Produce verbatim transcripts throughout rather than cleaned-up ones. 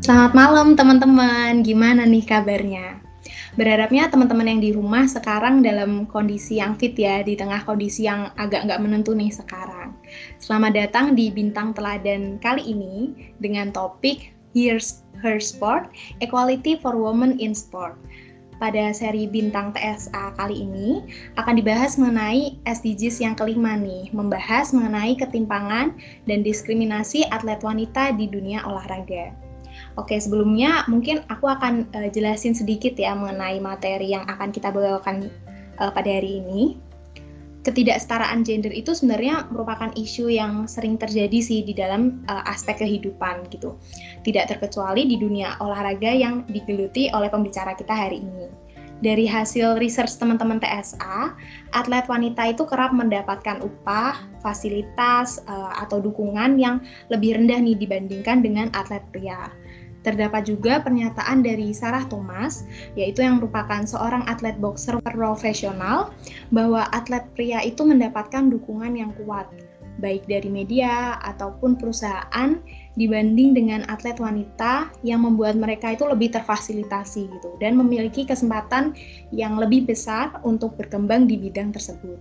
Selamat malam teman-teman, gimana nih kabarnya? Berharapnya teman-teman yang di rumah sekarang dalam kondisi yang fit ya, di tengah kondisi yang agak nggak menentu nih sekarang. Selamat datang di Bintang Teladan kali ini dengan topik Here's Her Sport, Equality for Women in Sport. Pada seri Bintang T S A kali ini akan dibahas mengenai S D Gs yang kelima nih, membahas mengenai ketimpangan dan diskriminasi atlet wanita di dunia olahraga. Oke, sebelumnya mungkin aku akan uh, jelasin sedikit ya mengenai materi yang akan kita bawakan uh, pada hari ini. Ketidaksetaraan gender itu sebenarnya merupakan isu yang sering terjadi sih di dalam uh, aspek kehidupan gitu. Tidak terkecuali di dunia olahraga yang digeluti oleh pembicara kita hari ini. Dari hasil research teman-teman T S A, atlet wanita itu kerap mendapatkan upah, fasilitas, uh, atau dukungan yang lebih rendah nih dibandingkan dengan atlet pria. Terdapat juga pernyataan dari Sarah Thomas, yaitu yang merupakan seorang atlet boxer profesional, bahwa atlet pria itu mendapatkan dukungan yang kuat, baik dari media ataupun perusahaan, dibanding dengan atlet wanita yang membuat mereka itu lebih terfasilitasi gitu, dan memiliki kesempatan yang lebih besar untuk berkembang di bidang tersebut.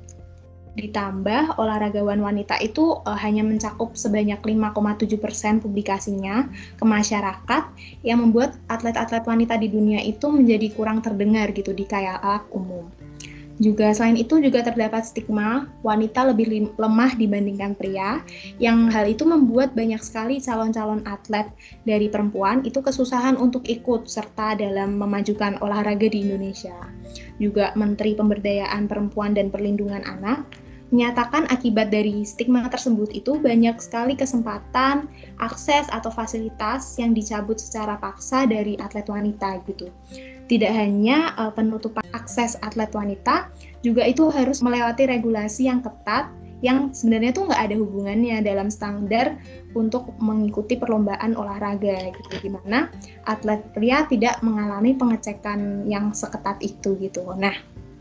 Ditambah olahragawan wanita itu uh, hanya mencakup sebanyak lima koma tujuh persen publikasinya ke masyarakat, yang membuat atlet-atlet wanita di dunia itu menjadi kurang terdengar gitu di khalayak umum. Juga selain itu juga terdapat stigma wanita lebih lemah dibandingkan pria, yang hal itu membuat banyak sekali calon-calon atlet dari perempuan itu kesusahan untuk ikut serta dalam memajukan olahraga di Indonesia. Juga Menteri Pemberdayaan Perempuan dan Perlindungan Anak menyatakan akibat dari stigma tersebut itu banyak sekali kesempatan, akses atau fasilitas yang dicabut secara paksa dari atlet wanita gitu. Tidak hanya uh, penutupan akses atlet wanita, juga itu harus melewati regulasi yang ketat yang sebenarnya tuh nggak ada hubungannya dalam standar untuk mengikuti perlombaan olahraga gitu, di mana atlet pria tidak mengalami pengecekan yang seketat itu gitu. Nah,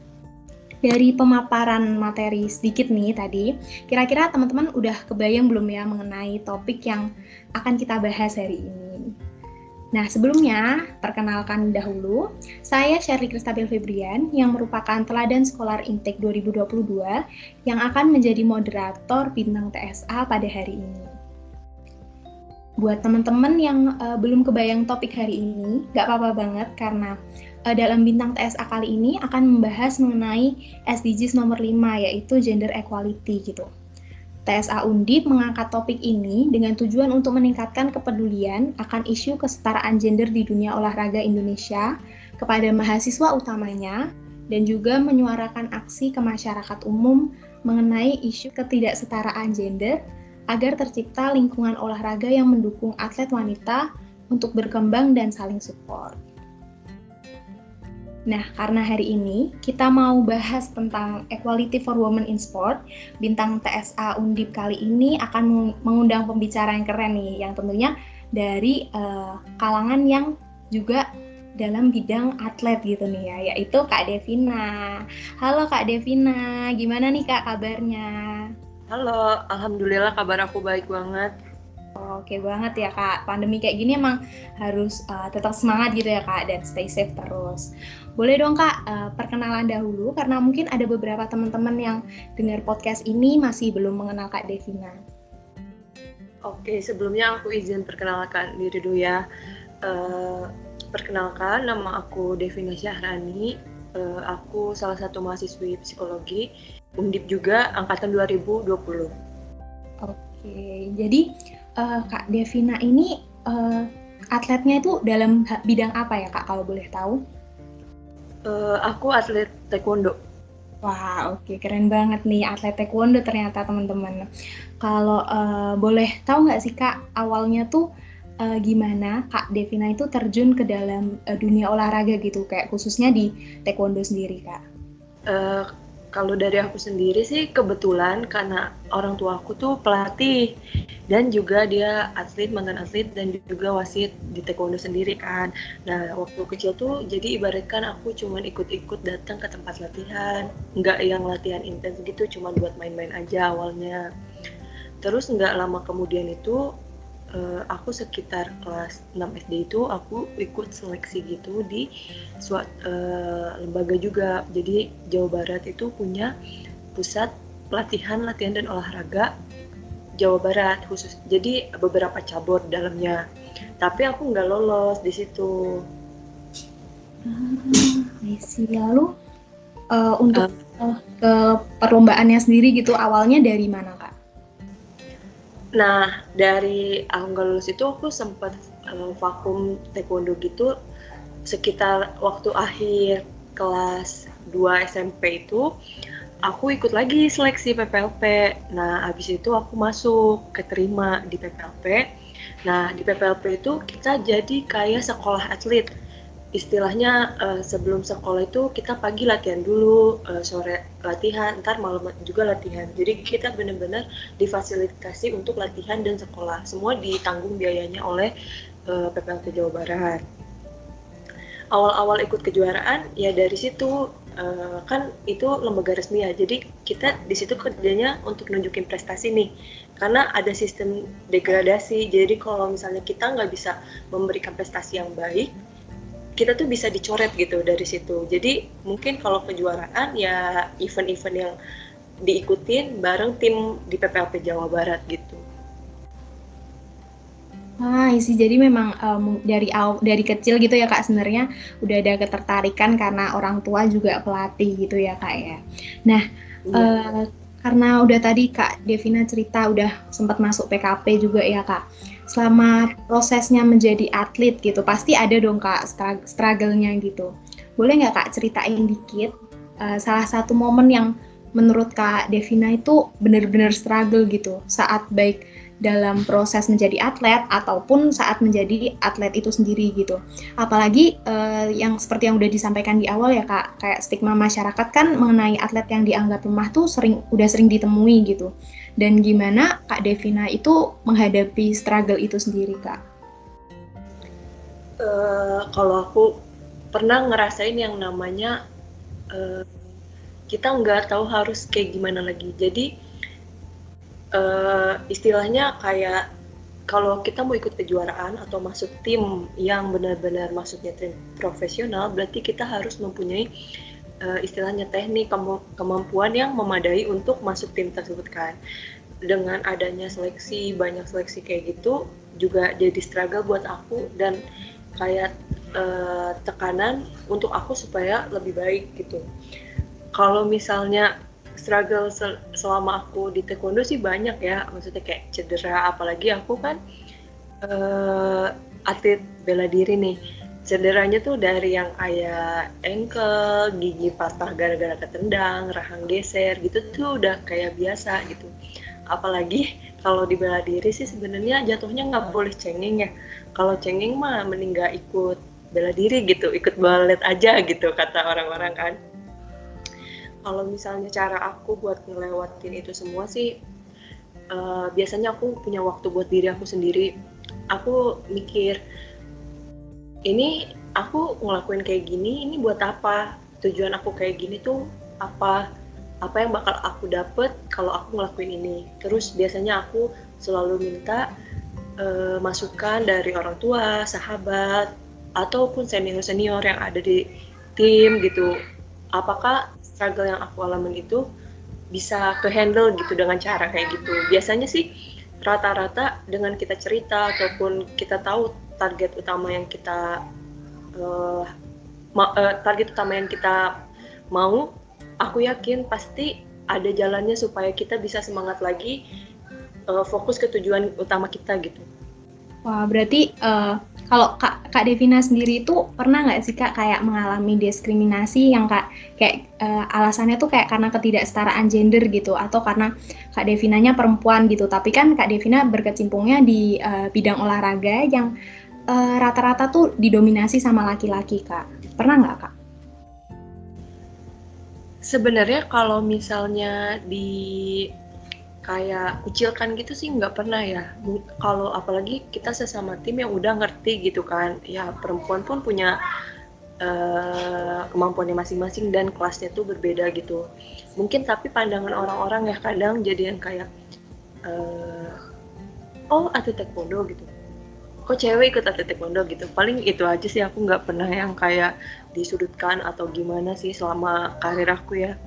dari pemaparan materi sedikit nih tadi, kira-kira teman-teman udah kebayang belum ya mengenai topik yang akan kita bahas hari ini? Nah, sebelumnya, perkenalkan dahulu, saya Shirley Kristabil Febrian yang merupakan teladan Scholar Intake dua ribu dua puluh dua yang akan menjadi moderator Bintang T S A pada hari ini. Buat teman-teman yang uh, belum kebayang topik hari ini, nggak apa-apa banget karena uh, dalam Bintang T S A kali ini akan membahas mengenai S D Gs nomor lima, yaitu Gender Equality gitu. T S A Undip mengangkat topik ini dengan tujuan untuk meningkatkan kepedulian akan isu kesetaraan gender di dunia olahraga Indonesia kepada mahasiswa utamanya, dan juga menyuarakan aksi ke masyarakat umum mengenai isu ketidaksetaraan gender agar tercipta lingkungan olahraga yang mendukung atlet wanita untuk berkembang dan saling support. Nah, karena hari ini kita mau bahas tentang Equality for Women in Sport, Bintang T S A Undip kali ini akan mengundang pembicara yang keren nih, yang tentunya dari uh, kalangan yang juga dalam bidang atlet gitu nih ya, yaitu Kak Devina. Halo Kak Devina, gimana nih Kak kabarnya? Halo, alhamdulillah kabar aku baik banget. Oke banget ya Kak, pandemi kayak gini emang harus uh, tetap semangat gitu ya Kak, dan stay safe terus. Boleh dong Kak, uh, perkenalan dahulu karena mungkin ada beberapa teman-teman yang dengar podcast ini masih belum mengenal Kak Devina. Oke, sebelumnya aku izin perkenalkan diri dulu ya. Uh, perkenalkan, nama aku Devina Syahrani. Uh, aku salah satu mahasiswi psikologi, Undip juga, angkatan dua ribu dua puluh. Oke, jadi uh, Kak Devina ini uh, atletnya itu dalam bidang apa ya Kak, kalau boleh tahu? Uh, aku atlet taekwondo. Wah, oke, keren banget nih atlet taekwondo ternyata teman-teman. Kalau uh, boleh tahu nggak sih Kak, awalnya tuh uh, gimana Kak Devina itu terjun ke dalam uh, dunia olahraga gitu, kayak khususnya di taekwondo sendiri Kak? Uh, Kalau dari aku sendiri sih kebetulan karena orang tua aku tuh pelatih dan juga dia atlet, mantan atlet dan juga wasit di taekwondo sendiri kan. Nah waktu kecil tuh jadi ibaratkan aku cuman ikut-ikut datang ke tempat latihan, nggak yang latihan intens gitu, cuman buat main-main aja awalnya. Terus nggak lama kemudian itu uh, aku sekitar kelas enam S D itu aku ikut seleksi gitu di suatu uh, lembaga juga. Jadi Jawa Barat itu punya pusat pelatihan, latihan dan olahraga Jawa Barat khusus. Jadi beberapa cabur dalamnya. Tapi aku nggak lolos di situ. Ah, I see. Lalu uh, untuk uh, ke perlombaannya sendiri gitu, awalnya dari mana, Kak? Nah, dari aku nggak lulus itu aku sempat uh, vakum taekwondo gitu sekitar waktu akhir kelas dua S M P itu aku ikut lagi seleksi P P L P. Nah, habis itu aku masuk, keterima di P P L P. Nah, di P P L P itu kita jadi kayak sekolah atlet. Istilahnya uh, sebelum sekolah itu kita pagi latihan dulu, uh, sore latihan, ntar malam juga latihan. Jadi kita benar-benar difasilitasi untuk latihan dan sekolah. Semua ditanggung biayanya oleh uh, P P L P Jawa Barat. Awal-awal ikut kejuaraan ya dari situ, uh, kan itu lembaga resmi ya. Jadi kita di situ kerjanya untuk nunjukin prestasi nih. Karena ada sistem degradasi. Jadi kalau misalnya kita nggak bisa memberikan prestasi yang baik, kita tuh bisa dicoret gitu dari situ. Jadi mungkin kalau kejuaraan ya event-event yang diikutin bareng tim di P P L P Jawa Barat gitu. Ah, isi jadi memang um, dari dari kecil gitu ya Kak, sebenarnya udah ada ketertarikan karena orang tua juga pelatih gitu ya Kak ya. Nah, iya. uh, karena udah tadi Kak Devina cerita udah sempat masuk P K P juga ya Kak. Selama prosesnya menjadi atlet gitu, pasti ada dong Kak struggle-nya gitu. Boleh nggak Kak ceritain dikit uh, salah satu momen yang menurut Kak Devina itu benar-benar struggle gitu saat baik dalam proses menjadi atlet ataupun saat menjadi atlet itu sendiri gitu. Apalagi uh, yang seperti yang udah disampaikan di awal ya Kak, kayak stigma masyarakat kan mengenai atlet yang dianggap lemah tuh sering udah sering ditemui gitu. Dan gimana Kak Devina itu menghadapi struggle itu sendiri Kak? Uh, kalau aku pernah ngerasain yang namanya uh, kita nggak tahu harus kayak gimana lagi. Jadi Uh, istilahnya kayak kalau kita mau ikut kejuaraan atau masuk tim yang benar-benar maksudnya tim profesional, berarti kita harus mempunyai uh, istilahnya teknik kemampuan yang memadai untuk masuk tim tersebut kan. Dengan adanya seleksi, banyak seleksi kayak gitu juga jadi struggle buat aku dan kayak uh, tekanan untuk aku supaya lebih baik gitu. Kalau misalnya struggle sel- selama aku di taekwondo sih banyak ya, maksudnya kayak cedera, apalagi aku kan uh, atlet bela diri nih. Cederanya tuh dari yang kayak ankle, gigi patah gara-gara ketendang, rahang geser gitu tuh udah kayak biasa gitu. Apalagi kalau di bela diri sih sebenarnya jatuhnya nggak boleh cengeng ya. Kalau cengeng mah mending nggak ikut bela diri gitu, ikut balet aja gitu kata orang-orang kan. Kalau misalnya cara aku buat ngelewatin itu semua sih, uh, biasanya aku punya waktu buat diri aku sendiri. Aku mikir, ini aku ngelakuin kayak gini, ini buat apa? Tujuan aku kayak gini tuh apa? Apa yang bakal aku dapet kalau aku ngelakuin ini? Terus biasanya aku selalu minta uh, masukan dari orang tua, sahabat, ataupun senior-senior yang ada di tim gitu. Apakah struggle yang aku alamin itu bisa ke-handle gitu dengan cara kayak gitu. Biasanya sih rata-rata dengan kita cerita ataupun kita tahu target utama yang kita uh, ma- uh, target utama yang kita mau, aku yakin pasti ada jalannya supaya kita bisa semangat lagi uh, fokus ke tujuan utama kita gitu. Wah, berarti uh, kalau Kak, Kak Devina sendiri itu pernah nggak sih Kak kayak mengalami diskriminasi yang Kak kayak uh, alasannya tuh kayak karena ketidaksetaraan gender gitu atau karena Kak Devinanya perempuan gitu. Tapi kan Kak Devina berkecimpungnya di uh, bidang olahraga yang uh, rata-rata tuh didominasi sama laki-laki Kak. Pernah nggak Kak? Sebenarnya kalau misalnya di kayak kucilkan gitu sih nggak pernah ya. Kalau apalagi kita sesama tim yang udah ngerti gitu kan, ya perempuan pun punya uh, kemampuannya masing-masing dan kelasnya tuh berbeda gitu. Mungkin tapi pandangan orang-orang ya kadang jadi yang kayak uh, oh atlet taekwondo gitu, kok cewek ikut atlet taekwondo gitu. Paling itu aja sih, aku nggak pernah yang kayak disudutkan atau gimana sih selama karir aku ya.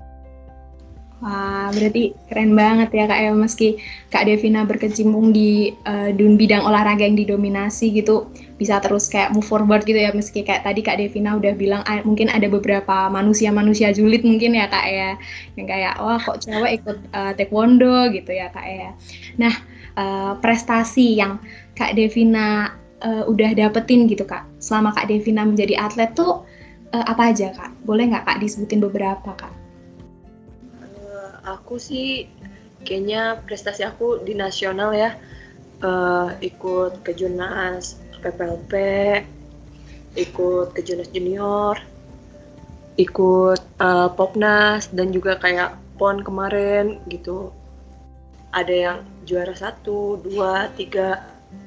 Wah, berarti keren banget ya Kak ya, meski Kak Devina berkecimpung di uh, dun bidang olahraga yang didominasi gitu, bisa terus kayak move forward gitu ya, meski kayak tadi Kak Devina udah bilang ah, mungkin ada beberapa manusia-manusia julid mungkin ya Kak ya, yang kayak wah kok cewek ikut uh, taekwondo gitu ya Kak ya. Nah, uh, prestasi yang Kak Devina uh, udah dapetin gitu Kak, selama Kak Devina menjadi atlet tuh uh, apa aja Kak? Boleh nggak Kak disebutin beberapa Kak? Aku sih kayaknya prestasi aku di nasional ya, uh, ikut kejurnas P P L P, ikut kejurnas junior, ikut uh, Popnas, dan juga kayak PON kemarin gitu. Ada yang juara satu, dua, tiga.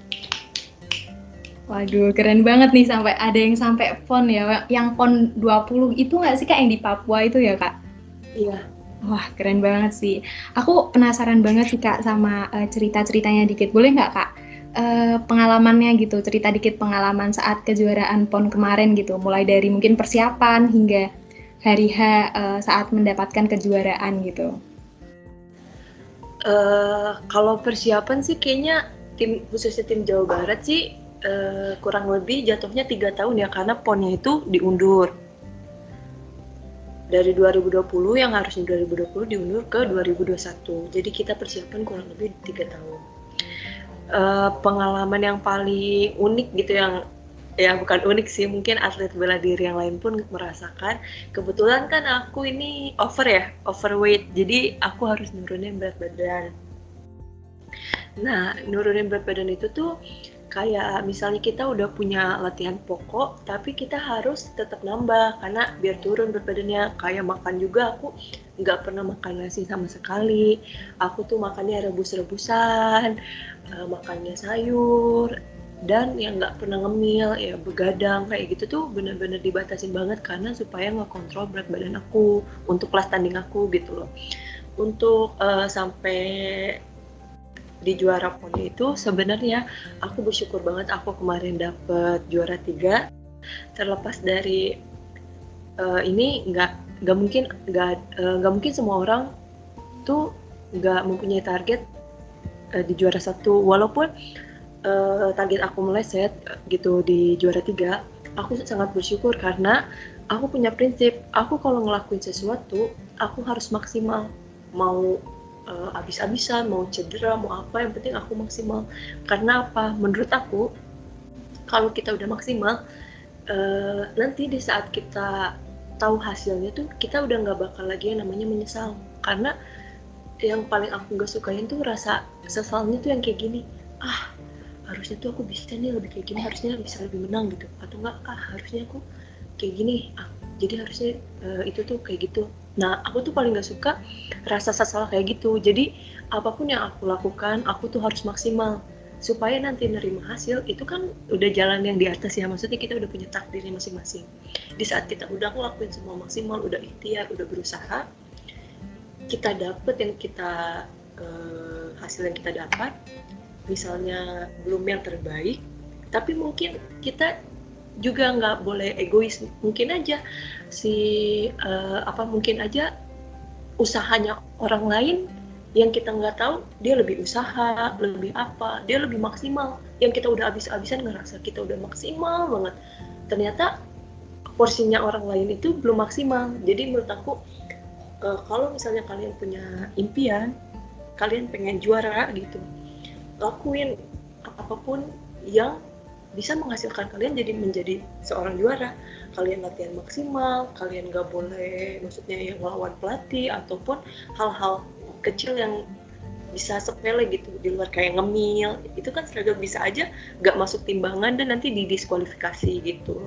Waduh, keren banget nih, sampai ada yang sampai PON ya. Yang PON dua puluh itu nggak sih Kak, yang di Papua itu ya Kak? Iya. Wah, keren banget sih. Aku penasaran banget sih Kak sama uh, cerita-ceritanya dikit. Boleh nggak Kak? Uh, pengalamannya gitu, cerita dikit pengalaman saat kejuaraan PON kemarin gitu. Mulai dari mungkin persiapan hingga hari H uh, saat mendapatkan kejuaraan gitu. Uh, kalau persiapan sih kayaknya tim khususnya tim Jawa Barat sih uh, kurang lebih jatuhnya tiga tahun ya, karena PON-nya itu diundur. Dari dua ribu dua puluh yang harusnya dua ribu dua puluh diundur ke dua ribu dua puluh satu. Jadi kita persiapan kurang lebih tiga tahun. Uh, pengalaman yang paling unik gitu, yang ya bukan unik sih, mungkin atlet bela diri yang lain pun merasakan. Kebetulan kan aku ini over ya, overweight. Jadi aku harus nurunin berat badan. Nah, nurunin berat badan itu tuh kayak misalnya kita udah punya latihan pokok, tapi kita harus tetap nambah karena biar turun berat badannya. Kayak makan juga, aku nggak pernah makan nasi sama sekali. Aku tuh makannya rebus-rebusan, uh, makannya sayur, dan yang nggak pernah ngemil, ya begadang kayak gitu tuh bener-bener dibatasin banget karena supaya ngekontrol berat badan aku untuk kelas tanding aku gitu loh. Untuk uh, sampai di juara PON itu sebenarnya aku bersyukur banget aku kemarin dapet juara tiga. Terlepas dari uh, ini nggak nggak mungkin nggak uh, nggak mungkin semua orang tuh nggak mempunyai target uh, di juara satu, walaupun uh, target aku meleset gitu di juara tiga. Aku sangat bersyukur karena aku punya prinsip, aku kalau ngelakuin sesuatu aku harus maksimal, mau Uh, abis-abisan, mau cedera, mau apa, yang penting aku maksimal. Karena apa? Menurut aku, kalau kita udah maksimal, uh, nanti di saat kita tahu hasilnya tuh, kita udah nggak bakal lagi yang namanya menyesal. Karena yang paling aku nggak sukain tuh rasa sesalnya tuh yang kayak gini, ah harusnya tuh aku bisa nih lebih kayak gini, harusnya bisa lebih menang gitu, atau enggak, ah harusnya aku kayak gini, ah, jadi harusnya uh, itu tuh kayak gitu. Nah, aku tuh paling gak suka rasa sesal kayak gitu. Jadi, apapun yang aku lakukan, aku tuh harus maksimal. Supaya nanti nerima hasil, itu kan udah jalan yang di atas ya. Maksudnya kita udah punya takdirnya masing-masing. Di saat kita udah ngelakuin semua maksimal, udah ikhtiar, udah berusaha, kita dapet yang kita, uh, hasil yang kita dapat, misalnya belum yang terbaik, tapi mungkin kita juga nggak boleh egois. Mungkin aja si uh, apa mungkin aja usahanya orang lain yang kita nggak tahu, dia lebih usaha, lebih apa, dia lebih maksimal. Yang kita udah habis-habisan ngerasa kita udah maksimal banget, ternyata porsinya orang lain itu belum maksimal. Jadi menurut aku uh, kalau misalnya kalian punya impian, kalian pengen juara gitu, lakuin apapun yang bisa menghasilkan kalian jadi menjadi seorang juara. Kalian latihan maksimal, kalian gak boleh maksudnya yang melawan pelatih ataupun hal-hal kecil yang bisa sepele gitu di luar kayak ngemil, itu kan seragam bisa aja gak masuk timbangan dan nanti didiskualifikasi gitu.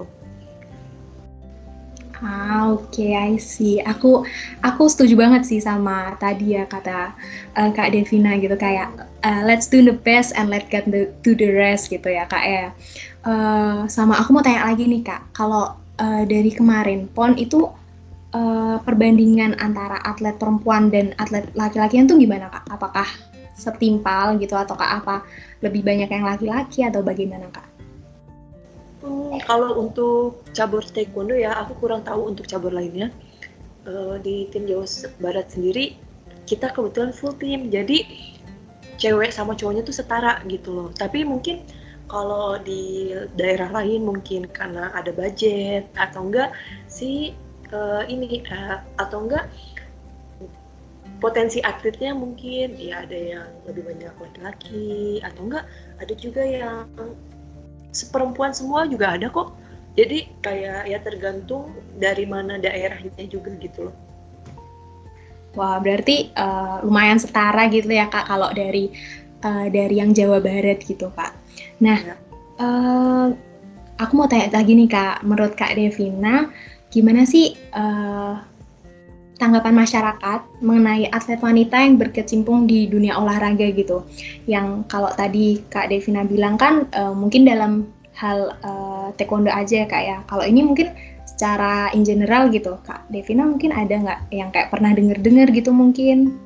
Ah, oke, okay, I see. Aku aku setuju banget sih sama tadi ya kata uh, Kak Devina gitu, kayak uh, let's do the best and let get the, do the rest gitu ya Kak ya. Uh, sama aku mau tanya lagi nih Kak, kalau uh, dari kemarin PON itu uh, perbandingan antara atlet perempuan dan atlet laki-lakinya tuh gimana Kak? Apakah setimpal gitu atau Kak apa lebih banyak yang laki-laki atau bagaimana Kak? Hmm, kalau untuk cabur taekwondo ya, aku kurang tahu untuk cabur lainnya. Uh, di tim Jawa Barat sendiri, kita kebetulan full tim, jadi cewek sama cowoknya tuh setara gitu loh. Tapi mungkin kalau di daerah lain mungkin karena ada budget atau enggak sih uh, ini uh, atau enggak potensi atletnya mungkin ya ada yang lebih banyak laki-laki atau enggak ada juga yang seperempuan semua juga ada kok. Jadi kayak ya tergantung dari mana daerahnya juga gitu loh. Wah, berarti uh, lumayan setara gitu ya Kak kalau dari uh, dari yang Jawa Barat gitu Kak. Nah, ya. uh, aku mau tanya lagi nih Kak, menurut Kak Devina, gimana sih uh, tanggapan masyarakat mengenai atlet wanita yang berkecimpung di dunia olahraga gitu? Yang kalau tadi Kak Devina bilang kan uh, mungkin dalam hal uh, taekwondo aja ya Kak ya. Kalau ini mungkin secara in general gitu, Kak Devina mungkin ada nggak yang kayak pernah denger-dengar gitu mungkin?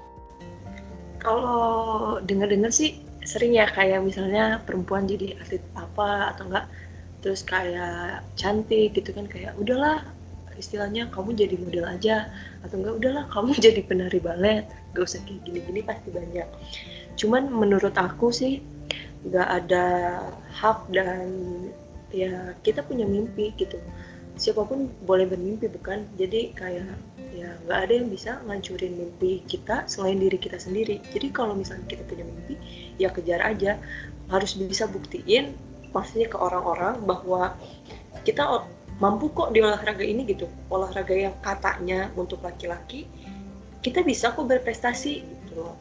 Kalau denger-denger sih sering ya, kayak misalnya perempuan jadi atlet apa atau enggak, terus kayak cantik gitu kan, kayak udahlah istilahnya kamu jadi model aja, atau enggak udahlah kamu jadi penari balet, gak usah kayak gini-gini, pasti banyak. Cuman menurut aku sih nggak ada hak dan ya kita punya mimpi gitu. Siapapun boleh bermimpi bukan, jadi kayak ya nggak ada yang bisa ngancurin mimpi kita selain diri kita sendiri. Jadi kalau misalnya kita punya mimpi ya kejar aja, harus bisa buktiin pastinya ke orang-orang bahwa kita mampu kok di olahraga ini gitu, olahraga yang katanya untuk laki-laki kita bisa kok berprestasi gitu loh.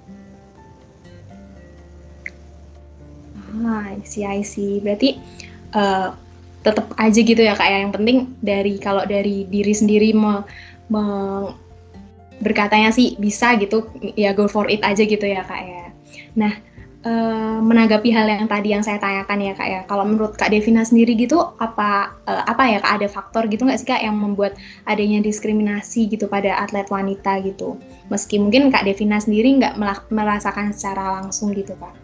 Ah, I see, I see. Berarti uh, tetap aja gitu ya Kak ya, yang penting dari kalau dari diri sendiri me, me, berkatanya sih bisa gitu ya, go for it aja gitu ya Kak ya. Nah e, menanggapi hal yang tadi yang saya tanyakan ya Kak ya, kalau menurut Kak Devina sendiri gitu apa e, apa ya Kak, ada faktor gitu nggak sih Kak yang membuat adanya diskriminasi gitu pada atlet wanita gitu, meski mungkin Kak Devina sendiri nggak merasakan secara langsung gitu Kak?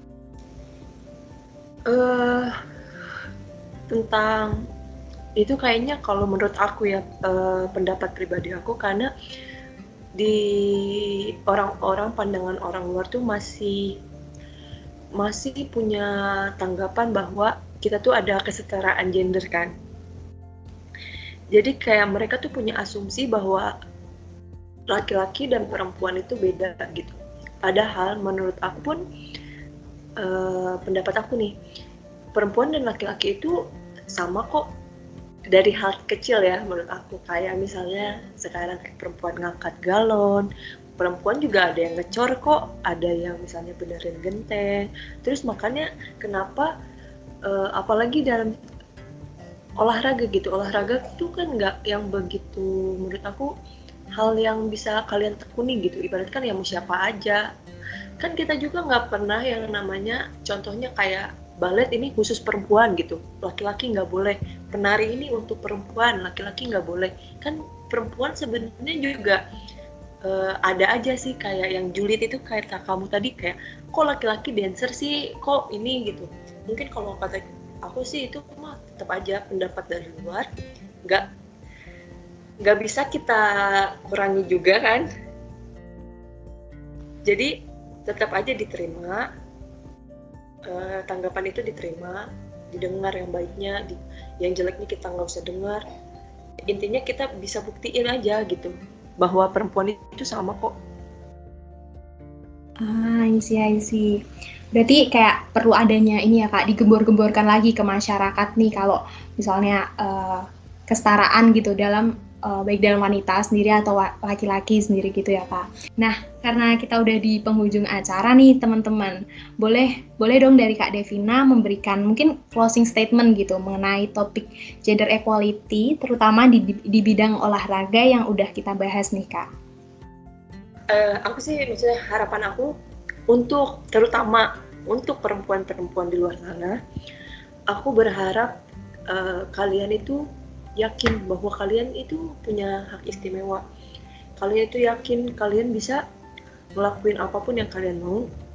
Uh, tentang itu kayaknya kalau menurut aku ya, eh, pendapat pribadi aku, karena di orang-orang, pandangan orang luar tuh masih masih punya tanggapan bahwa kita tuh ada kesetaraan gender kan. Jadi kayak mereka tuh punya asumsi bahwa laki-laki dan perempuan itu beda gitu. Padahal menurut aku pun, eh, pendapat aku nih, perempuan dan laki-laki itu sama kok dari hal kecil ya menurut aku. Kayak misalnya sekarang perempuan ngangkat galon, perempuan juga ada yang ngecor kok, ada yang misalnya benerin genteng. Terus makanya kenapa uh, apalagi dalam olahraga gitu, olahraga itu kan nggak yang begitu menurut aku hal yang bisa kalian tekuni gitu, ibarat kan ya mau siapa aja. Kan kita juga nggak pernah yang namanya contohnya kayak balet ini khusus perempuan gitu, laki-laki nggak boleh. Penari ini untuk perempuan, laki-laki nggak boleh. Kan perempuan sebenarnya juga uh, ada aja sih, kayak yang julid itu kayak kamu tadi, kayak kok laki-laki dancer sih, kok ini gitu. Mungkin kalau kata aku sih itu mah tetap aja pendapat dari luar, nggak nggak bisa kita kurangi juga kan. Jadi tetap aja diterima. Uh, tanggapan itu diterima, didengar yang baiknya, di, yang jeleknya kita nggak usah dengar. Intinya kita bisa buktiin aja gitu bahwa perempuan itu sama kok. Ah, I see, I see. Berarti kayak perlu adanya ini ya Kak, digembor-gemborkan lagi ke masyarakat nih kalau misalnya uh, kesetaraan gitu dalam uh, baik dalam wanita sendiri atau laki-laki sendiri gitu ya Kak. Nah, karena kita udah di penghujung acara nih teman-teman, boleh boleh dong dari Kak Devina memberikan mungkin closing statement gitu mengenai topik gender equality, terutama di, di bidang olahraga yang udah kita bahas nih Kak. Uh, aku sih maksudnya harapan aku untuk terutama untuk perempuan-perempuan di luar sana, aku berharap uh, kalian itu yakin bahwa kalian itu punya hak istimewa. Kalian itu yakin kalian bisa ngelakuin apapun yang kalian mau,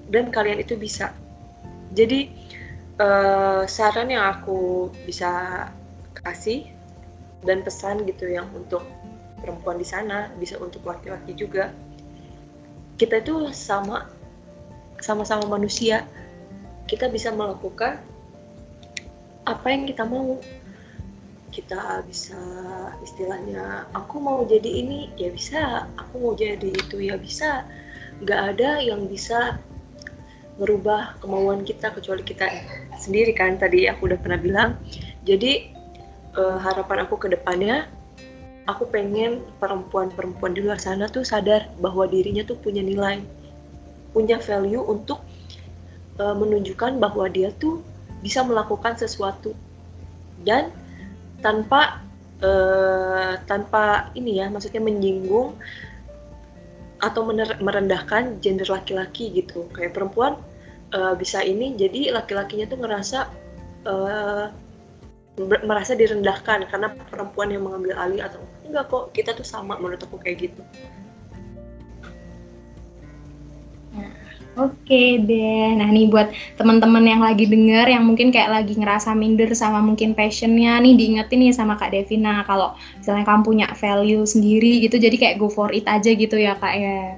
dan kalian itu bisa. Jadi uh, saran yang aku bisa kasih dan pesan gitu yang untuk perempuan di sana, bisa untuk laki-laki juga, kita itu sama sama-sama manusia, kita bisa melakukan apa yang kita mau. Kita bisa istilahnya, aku mau jadi ini, ya bisa. Aku mau jadi itu, ya bisa. Gak ada yang bisa merubah kemauan kita kecuali kita sendiri kan, tadi aku udah pernah bilang. Jadi eh, harapan aku ke depannya, aku pengen perempuan-perempuan di luar sana tuh sadar bahwa dirinya tuh punya nilai, punya value untuk uh, menunjukkan bahwa dia tuh bisa melakukan sesuatu, dan tanpa uh, tanpa ini ya, maksudnya menyinggung atau mener- merendahkan gender laki-laki gitu. Kayak perempuan uh, bisa ini, jadi laki-lakinya tuh ngerasa uh, merasa direndahkan karena perempuan yang mengambil alih, atau enggak kok, kita tuh sama, menurut aku kayak gitu. Oke deh, nah nih buat teman-teman yang lagi denger, yang mungkin kayak lagi ngerasa minder sama mungkin passionnya nih, diingetin nih sama Kak Devina, kalau misalnya kamu punya value sendiri gitu, jadi kayak go for it aja gitu ya Kak ya.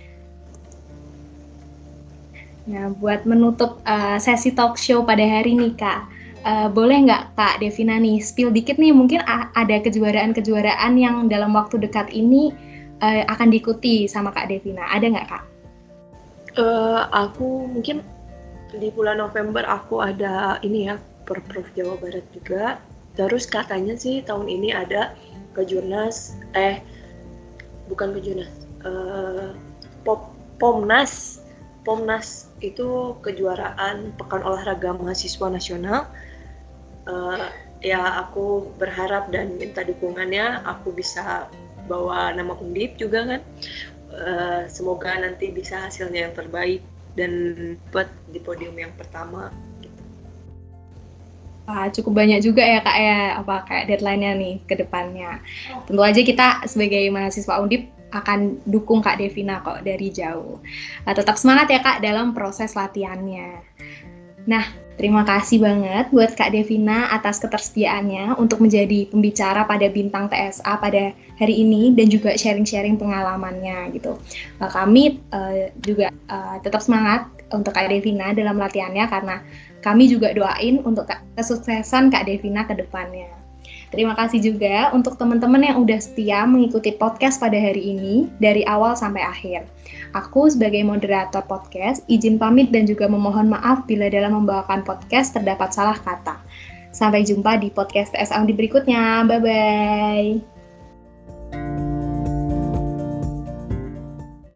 Nah buat menutup uh, sesi talk show pada hari ini Kak, uh, boleh nggak Kak Devina nih spill dikit nih, mungkin a- ada kejuaraan-kejuaraan yang dalam waktu dekat ini uh, akan diikuti sama Kak Devina, ada nggak Kak? Uh, aku mungkin di bulan November aku ada ini ya, Perprov Jawa Barat juga. Terus katanya sih tahun ini ada Kejurnas, eh bukan Kejurnas, uh, Pop, Pomnas. Pomnas itu kejuaraan Pekan Olahraga Mahasiswa Nasional. Uh, ya aku berharap dan minta dukungannya, aku bisa bawa nama Undip juga kan. Uh, semoga nanti bisa hasilnya yang terbaik dan dapat di podium yang pertama gitu. Wah, cukup banyak juga ya Kak ya, apa kayak deadline-nya nih ke depannya. Tentu aja kita sebagai mahasiswa Undip akan dukung Kak Devina kok dari jauh. Nah, tetap semangat ya Kak dalam proses latihannya. Nah, terima kasih banget buat Kak Devina atas ketersediaannya untuk menjadi pembicara pada Bintang T S A pada hari ini dan juga sharing-sharing pengalamannya gitu. Nah, kami uh, juga uh, tetap semangat untuk Kak Devina dalam latihannya, karena kami juga doain untuk kesuksesan Kak Devina ke depannya. Terima kasih juga untuk teman-teman yang udah setia mengikuti podcast pada hari ini dari awal sampai akhir. Aku sebagai moderator podcast izin pamit dan juga memohon maaf bila dalam membawakan podcast terdapat salah kata. Sampai jumpa di podcast T S A Undip berikutnya. Bye-bye.